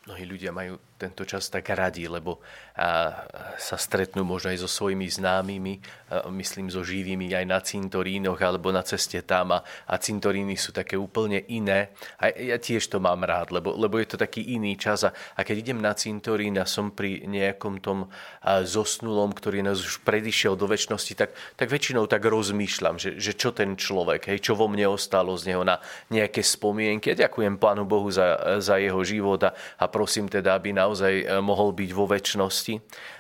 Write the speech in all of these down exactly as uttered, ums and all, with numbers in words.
Mnohí ľudia majú tento čas tak radi, lebo a, sa stretnú možno aj so svojimi známymi, a, myslím so živými aj na cintorínoch alebo na ceste tam a, a cintoríny sú také úplne iné. A ja tiež to mám rád, lebo, lebo je to taký iný čas a, a keď idem na cintorín a som pri nejakom tom a, zosnulom, ktorý nás už predišiel do večnosti, tak, tak väčšinou tak rozmýšľam, že, že čo ten človek, hej, čo vo mne ostalo z neho na nejaké spomienky. Ja ďakujem Pánu Bohu za, za jeho život a, a prosím teda, aby naozaj mohol byť vo večnosti.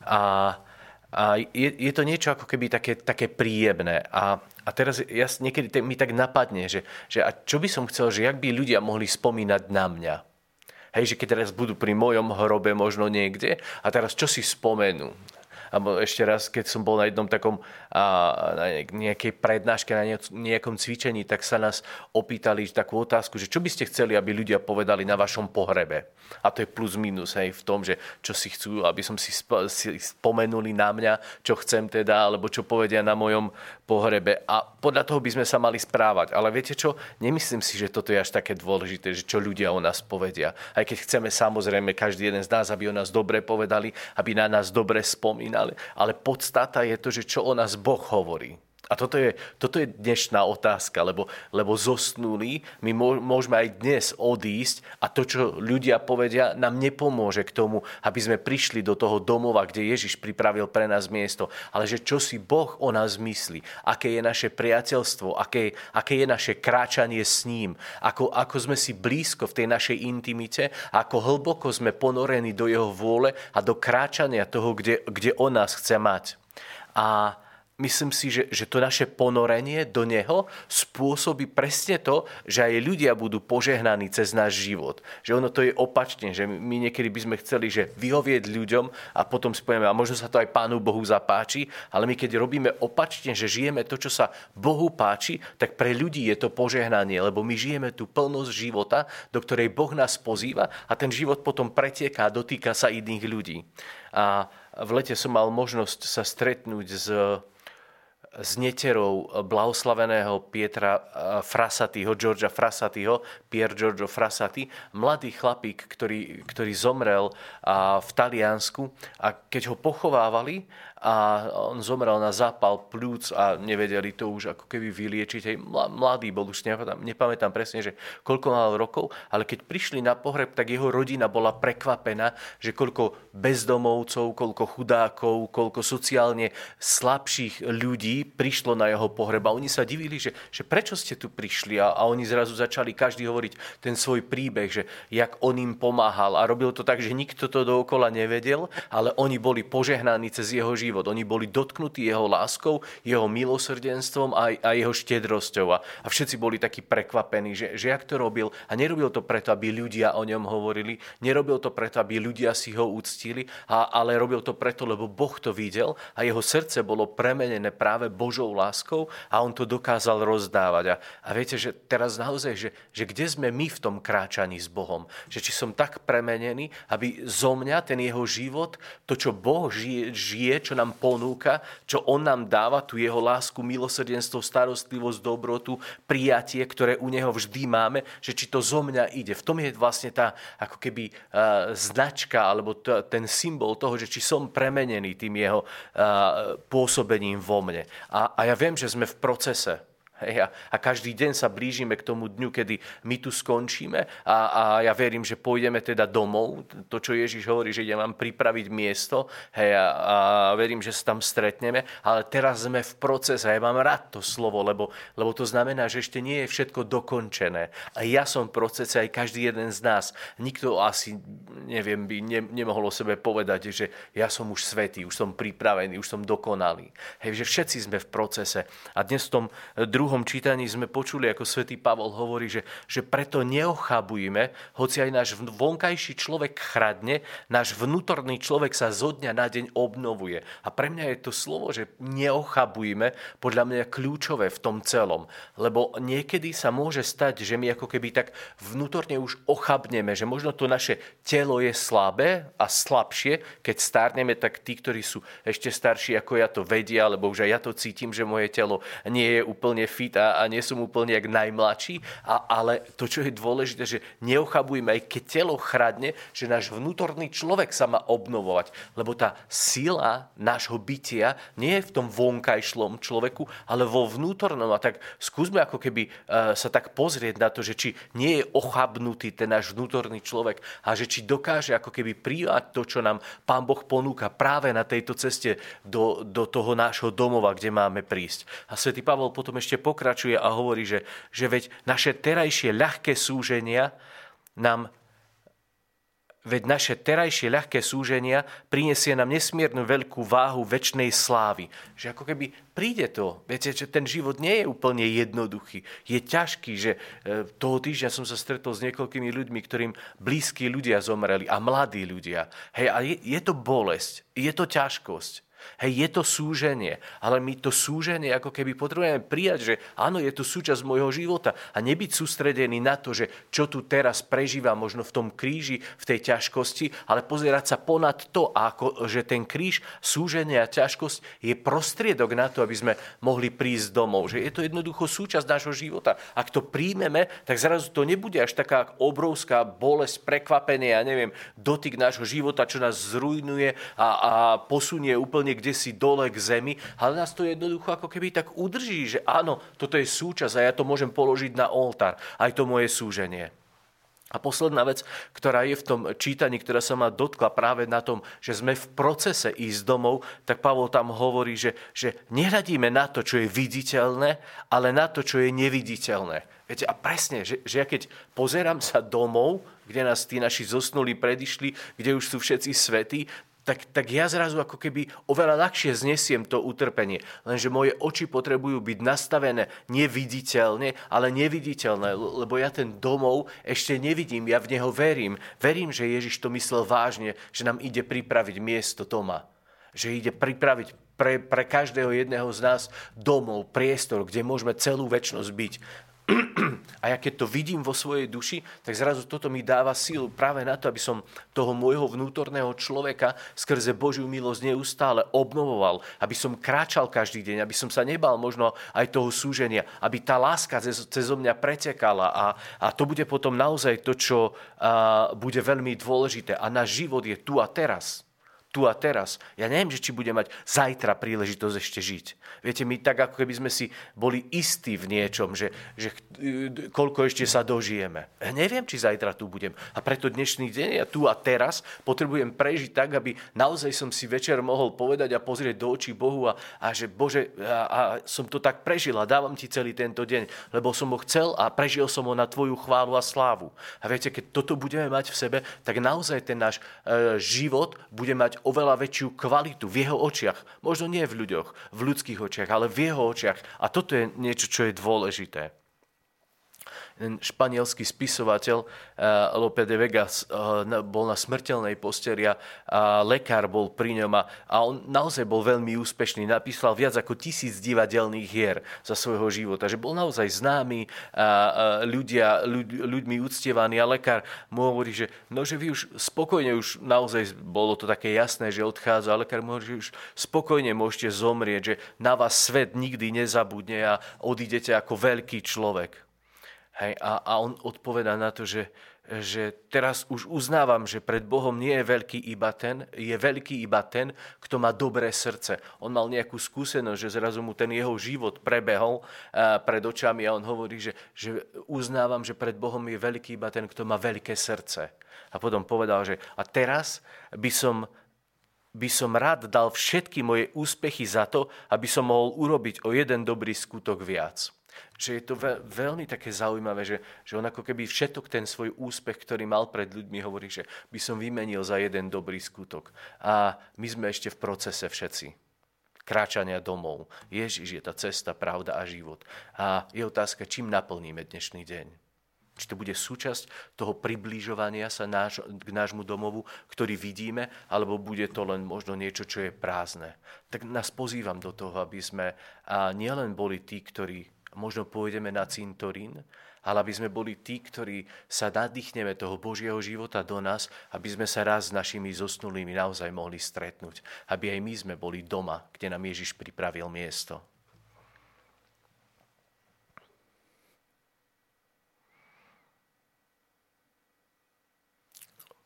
A, a je, je to niečo ako keby také, také príjemné. A, a teraz ja, niekedy mi tak napadne, že, že a čo by som chcel, že jak by ľudia mohli spomínať na mňa. Hej, že keď teraz budú pri mojom hrobe možno niekde a teraz čo si spomenú. Alebo ešte raz, keď som bol na jednom takom a, na nejakej prednáške, na nejakom cvičení, tak sa nás opýtali takú otázku, že čo by ste chceli, aby ľudia povedali na vašom pohrebe. A to je plus minus hej, v tom, že čo si chcú, aby som si, sp- si spomenuli na mňa, čo chcem teda, alebo čo povedia na mojom pohrebe. A podľa toho by sme sa mali správať. Ale viete čo? Nemyslím si, že toto je až také dôležité, že čo ľudia o nás povedia. Aj keď chceme samozrejme každý jeden z nás, aby o nás dobre povedali, aby na nás dobre spomínali. Ale podstata je to, že čo o nás Boh hovorí. A toto je, toto je dnešná otázka, lebo, lebo zosnulí my môžeme aj dnes odísť a to, čo ľudia povedia, nám nepomôže k tomu, aby sme prišli do toho domova, kde Ježiš pripravil pre nás miesto. Ale že čo si Boh o nás myslí, aké je naše priateľstvo, aké, aké je naše kráčanie s ním, ako, ako sme si blízko v tej našej intimite, ako hlboko sme ponorení do jeho vôle a do kráčania toho, kde, kde on nás chce mať. A myslím si, že, že to naše ponorenie do neho spôsobí presne to, že aj ľudia budú požehnaní cez náš život. Že ono to je opačne, že my niekedy by sme chceli, že vyhovieť ľuďom a potom si povieme, a možno sa to aj Pánu Bohu zapáči, ale my keď robíme opačne, že žijeme to, čo sa Bohu páči, tak pre ľudí je to požehnanie, lebo my žijeme tú plnosť života, do ktorej Boh nás pozýva a ten život potom pretieká a dotýka sa iných ľudí. A v lete som mal možnosť sa stretnúť s s neterou blahoslaveného Pietra Frassatiho, Georgia Frassatiho, Pier Giorgio Frassati, mladý chlapík, ktorý, ktorý zomrel v Taliansku a keď ho pochovávali a on zomrel na zápal pľúc a nevedeli to už ako keby vyliečiť. Hej, mladý bol, už nepamätám, nepamätám presne, že koľko mal rokov, ale keď prišli na pohreb, tak jeho rodina bola prekvapená, že koľko bezdomovcov, koľko chudákov, koľko sociálne slabších ľudí prišlo na jeho pohreb. A oni sa divili, že, že prečo ste tu prišli a, a oni zrazu začali každý hovoriť ten svoj príbeh, že jak on im pomáhal a robil to tak, že nikto to dookola nevedel, ale oni boli požehnaní cez jeho život. Oni boli dotknutí jeho láskou, jeho milosrdenstvom a, a jeho štedrosťou. A, a všetci boli takí prekvapení, že, že jak to robil. A nerobil to preto, aby ľudia o ňom hovorili, nerobil to preto, aby ľudia si ho uctili, a, ale robil to preto, lebo Boh to videl a jeho srdce bolo premenené práve Božou láskou a on to dokázal rozdávať. A, a viete, že teraz naozaj, že, že kde sme my v tom kráčaní s Bohom? Že či som tak premenený, aby zo mňa ten jeho život, to, čo Boh žije, žije čo nám ponúka, čo on nám dáva, tú jeho lásku, milosrdenstvo, starostlivosť, dobrotu, prijatie, ktoré u neho vždy máme, že či to zo mňa ide. V tom je vlastne tá ako keby uh, značka alebo t- ten symbol toho, že či som premenený tým jeho uh, pôsobením vo mne. A, a ja viem, že sme v procese. Hej, a, a každý deň sa blížime k tomu dňu, kedy my tu skončíme a, a ja verím, že pôjdeme teda domov. To, čo Ježiš hovorí, že idem vám pripraviť miesto, hej, a, a verím, že sa tam stretneme. Ale teraz sme v procese a ja mám rád to slovo, lebo, lebo to znamená, že ešte nie je všetko dokončené. A ja som v procese, aj každý jeden z nás. Nikto asi, neviem, by ne, nemohol o sebe povedať, že ja som už svätý, už som pripravený, už som dokonalý. Hej, že všetci sme v procese. A dnes v tom druhom V druhom čítaní sme počuli, ako svätý Pavol hovorí, že, že preto neochabujme, hoci aj náš vonkajší človek chradne, náš vnútorný človek sa zo dňa na deň obnovuje. A pre mňa je to slovo, že neochabujme, podľa mňa kľúčové v tom celom. Lebo niekedy sa môže stať, že my ako keby tak vnútorne už ochabneme, že možno to naše telo je slabé a slabšie, keď stárneme, tak tí, ktorí sú ešte starší ako ja, to vedia, lebo už aj ja to cítim, že moje telo nie je úplne fit a, a nie som úplne jak najmladší, a, ale to, čo je dôležité, že neochabujeme, aj keď telo chradne, že náš vnútorný človek sa má obnovovať, lebo tá sila nášho bytia nie je v tom vonkajšlom človeku, ale vo vnútornom. A tak skúsme ako keby uh, sa tak pozrieť na to, že či nie je ochabnutý ten náš vnútorný človek a že či dokáže ako keby prijať to, čo nám Pán Boh ponúka práve na tejto ceste do, do toho nášho domova, kde máme prísť. A svätý Pavol potom ešte pokračuje a hovorí, že, že veď naše terajšie ľahké súženia nám Veď naše terajšie ľahké súženia prinesie nám nesmiernu veľkú váhu večnej slávy. Že ako keby príde to. Viete, že ten život nie je úplne jednoduchý. Je ťažký, že toho týždňa som sa stretol s niekoľkými ľuďmi, ktorým blízki ľudia zomreli a mladí ľudia. Hej, a je, je to bolesť, je to ťažkosť. Hej, je to súženie, ale my to súženie ako keby potrebujeme prijať, že áno, je to súčasť môjho života a nebyť sústredený na to, že čo tu teraz prežívam možno v tom kríži, v tej ťažkosti, ale pozerať sa ponad to, ako, že ten kríž, súženie a ťažkosť je prostriedok na to, aby sme mohli prísť domov. Že je to jednoducho súčasť nášho života. Ak to príjmeme, tak zrazu to nebude až taká obrovská bolesť, prekvapenie, ja neviem, dotyk nášho života, čo nás zrujnuje a, a posunie úplne kde si dole k zemi, ale nás to jednoducho ako keby tak udrží, že áno, toto je súčasť a ja to môžem položiť na oltár, aj to moje súženie. A posledná vec, ktorá je v tom čítaní, ktorá sa ma dotkla práve na tom, že sme v procese ísť domov, tak Pavol tam hovorí, že, že nehľadíme na to, čo je viditeľné, ale na to, čo je neviditeľné. Viete, a presne, že, že ja keď pozerám sa domov, kde nás tí naši zosnulí predišli, kde už sú všetci svätí, Tak, tak ja zrazu ako keby oveľa ľahšie znesiem to utrpenie. Lenže moje oči potrebujú byť nastavené neviditeľne, ale neviditeľné, lebo ja ten domov ešte nevidím, ja v neho verím. Verím, že Ježiš to myslel vážne, že nám ide pripraviť miesto doma. Že ide pripraviť pre, pre každého jedného z nás domov, priestor, kde môžeme celú večnosť byť. A ja keď to vidím vo svojej duši, tak zrazu toto mi dáva sílu práve na to, aby som toho môjho vnútorného človeka skrze Božiu milosť neustále obnovoval, aby som kráčal každý deň, aby som sa nebal možno aj toho súženia, aby tá láska cez, cez mňa pretekala a, a to bude potom naozaj to, čo a, bude veľmi dôležité. A náš život je tu a teraz. Tu a teraz. Ja neviem, že či budem mať zajtra príležitosť ešte žiť. Viete, my tak, ako keby sme si boli istí v niečom, že, že koľko ešte sa dožijeme. Ja neviem, či zajtra tu budem. A preto dnešný deň, ja tu a teraz potrebujem prežiť tak, aby naozaj som si večer mohol povedať a pozrieť do očí Bohu a, a že Bože, a, a som to tak prežil a dávam ti celý tento deň, lebo som ho chcel a prežil som ho na tvoju chválu a slávu. A viete, keď toto budeme mať v sebe, tak naozaj ten náš e, život bude mať oveľa väčšiu kvalitu v jeho očiach. Možno nie v ľuďoch, v ľudských očiach, ale v jeho očiach. A toto je niečo, čo je dôležité. Ten španielský spisovateľ uh, Lope de Vega uh, bol na smrteľnej posteli a uh, lekár bol pri ňom a, a on naozaj bol veľmi úspešný. Napísal viac ako tisíc divadelných hier za svojho života. Že bol naozaj známy, uh, uh, ľudia, ľud, ľuďmi uctievaný a lekár mu hovorí, že, no, že vy už spokojne, už naozaj bolo to také jasné, že odchádza, a lekár mu hovorí, že už spokojne môžete zomrieť, že na vás svet nikdy nezabudne a odídete ako veľký človek. Hej, a, a on odpovedá na to, že, že teraz už uznávam, že pred Bohom nie je veľký iba ten, je veľký iba ten, kto má dobré srdce. On mal nejakú skúsenosť, že zrazu mu ten jeho život prebehol a, pred očami a on hovorí, že, že uznávam, že pred Bohom je veľký iba ten, kto má veľké srdce. A potom povedal, že a teraz by som by som rád dal všetky moje úspechy za to, aby som mohol urobiť o jeden dobrý skutok viac. Že je to veľ, veľmi také zaujímavé, že, že on ako keby všetok ten svoj úspech, ktorý mal pred ľuďmi, hovorí, že by som vymenil za jeden dobrý skutok. A my sme ešte v procese všetci. Kráčania domov. Ježiš je tá cesta, pravda a život. A je otázka, čím naplníme dnešný deň. Či to bude súčasť toho približovania sa náš, k nášmu domovu, ktorý vidíme, alebo bude to len možno niečo, čo je prázdne. Tak nás pozývam do toho, aby sme a nielen boli tí, ktorí možno pôjdeme na cintorín, ale aby sme boli tí, ktorí sa nadýchneme toho Božieho života do nás, aby sme sa raz s našimi zosnulými naozaj mohli stretnúť. Aby aj my sme boli doma, kde nám Ježiš pripravil miesto.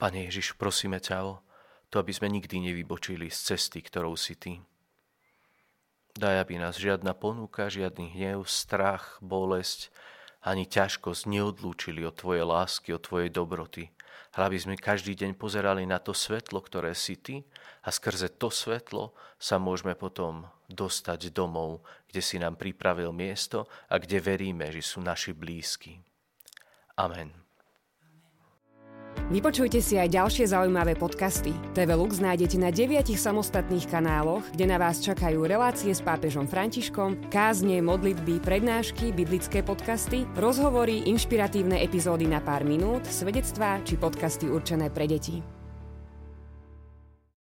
Pane Ježiš, prosíme ťa o to, aby sme nikdy nevybočili z cesty, ktorou si Ty. Daj, aby nás žiadna ponuka, žiadny hnev, strach, bolesť, ani ťažkosť neodlúčili od Tvojej lásky, od Tvojej dobroty. Ale aby sme každý deň pozerali na to svetlo, ktoré si Ty, a skrze to svetlo sa môžeme potom dostať domov, kde si nám pripravil miesto a kde veríme, že sú naši blízki. Amen. Vypočujte si aj ďalšie zaujímavé podcasty. té vé Lux nájdete na deviatich samostatných kanáloch, kde na vás čakajú relácie s pápežom Františkom, kázne, modlitby, prednášky, biblické podcasty, rozhovory, inšpiratívne epizódy na pár minút, svedectvá či podcasty určené pre deti.